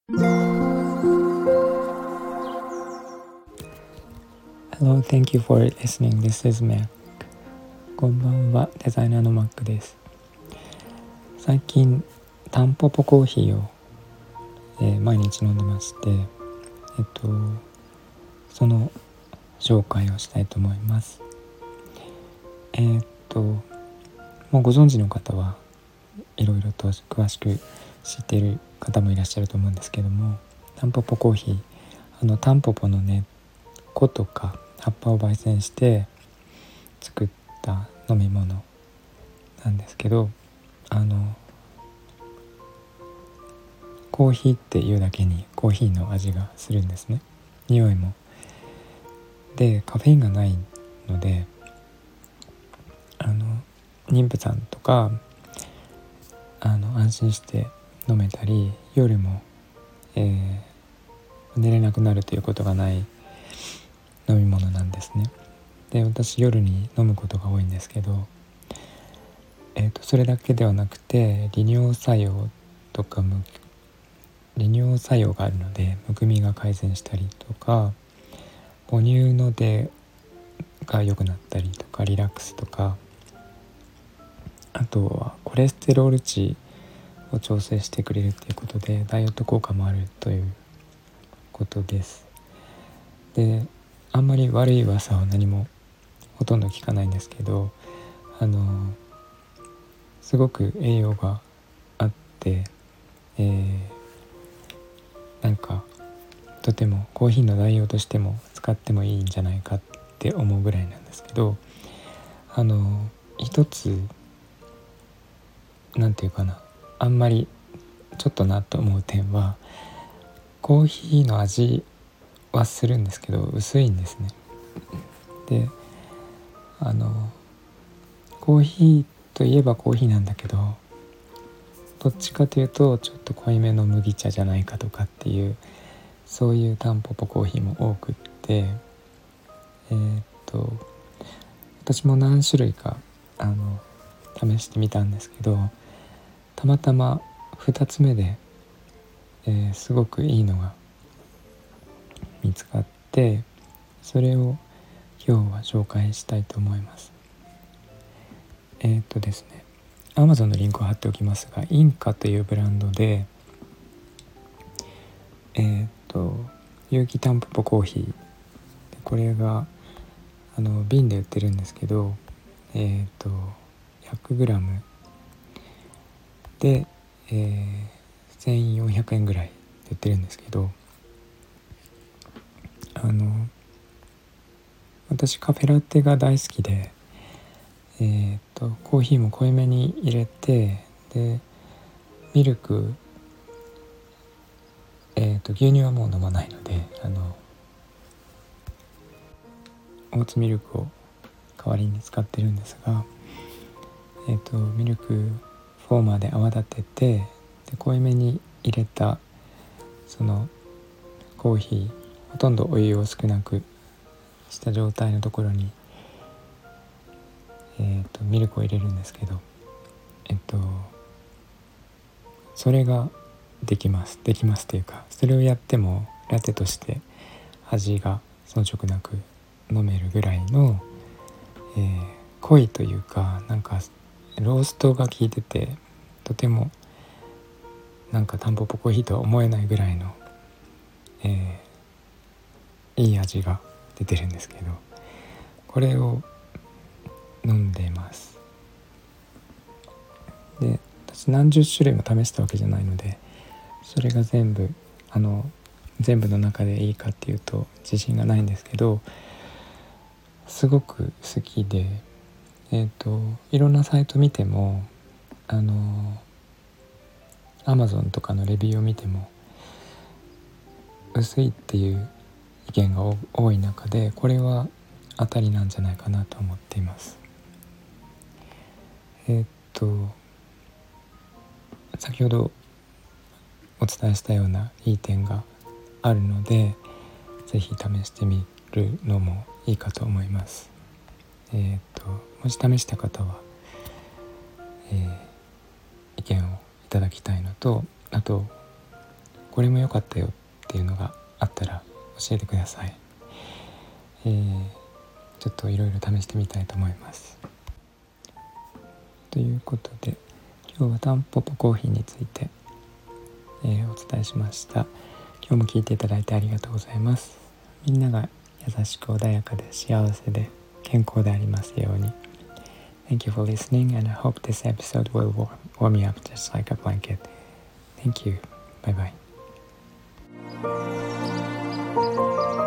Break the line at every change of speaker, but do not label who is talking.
Hello, thank you for listening. This is Mac. こんばんは、デザイナーの Mac です。最近タンポポコーヒーを、毎日飲んでまして、その紹介をしたいと思います。もうご存知の方はいろいろと詳しく知っている方もいらっしゃると思うんですけども、タンポポコーヒー、タンポポの根っことか葉っぱを焙煎して作った飲み物なんですけど、コーヒーっていうだけにコーヒーの味がするんですね。匂いもでカフェインがないので、妊婦さんとか安心して飲めたり、夜も、寝れなくなるということがない飲み物なんですね。で、私夜に飲むことが多いんですけど、それだけではなくて利尿作用があるので、むくみが改善したりとか、母乳の出が良くなったりとか、リラックスとか、あとはコレステロール値を調整してくれるということで、ダイエット効果もあるということです。で、あんまり悪い噂は何もほとんど聞かないんですけど、すごく栄養があって、なんかとてもコーヒーの代用としても使ってもいいんじゃないかって思うぐらいなんですけど、一つなんていうかな、あんまりちょっとなと思う点は、コーヒーの味はするんですけど薄いんですね。で、コーヒーといえばコーヒーなんだけど、どっちかというとちょっと濃いめの麦茶じゃないかとかっていう、そういうタンポポコーヒーも多くって、私も何種類か試してみたんですけど、たまたま2つ目で、すごくいいのが見つかって、それを今日は紹介したいと思います。ですね、Amazon のリンクを貼っておきますが、インカというブランドで、有機タンポポコーヒー、これが瓶で売ってるんですけど、100g で、1400円ぐらいで売ってるんですけど、私カフェラテが大好きで、コーヒーも濃いめに入れて、でミルク、牛乳はもう飲まないので、オーツミルクを代わりに使ってるんですが、ミルクフォーマーで泡立てて、で濃いめに入れたそのコーヒー、ほとんどお湯を少なくした状態のところに、ミルクを入れるんですけど、それができますというか、それをやってもラテとして味が遜色なく飲めるぐらいの、濃いというか、なんかローストが効いてて、とてもなんかタンポポコーヒーとは思えないぐらいの、いい味が出てるんですけど、これを飲んでます。で、私何十種類も試したわけじゃないので、それが全部の中でいいかっていうと自信がないんですけど、すごく好きで、いろんなサイト見ても、Amazon とかのレビューを見ても薄いっていう意見が多い中で、これは当たりなんじゃないかなと思っています。先ほどお伝えしたようないい点があるので、ぜひ試してみるのもいいかと思います。もし試した方は、意見をいただきたいのと、あとこれも良かったよっていうのがあったら教えてください。ちょっといろいろ試してみたいと思います。ということで今日はタンポポコーヒーについて、お伝えしました。今日も聞いていただいてありがとうございます。みんなが優しく穏やかで幸せで健康でありますように。Thank you for listening, and I hope this episode will warm me up just like a blanket. Thank you. Bye bye.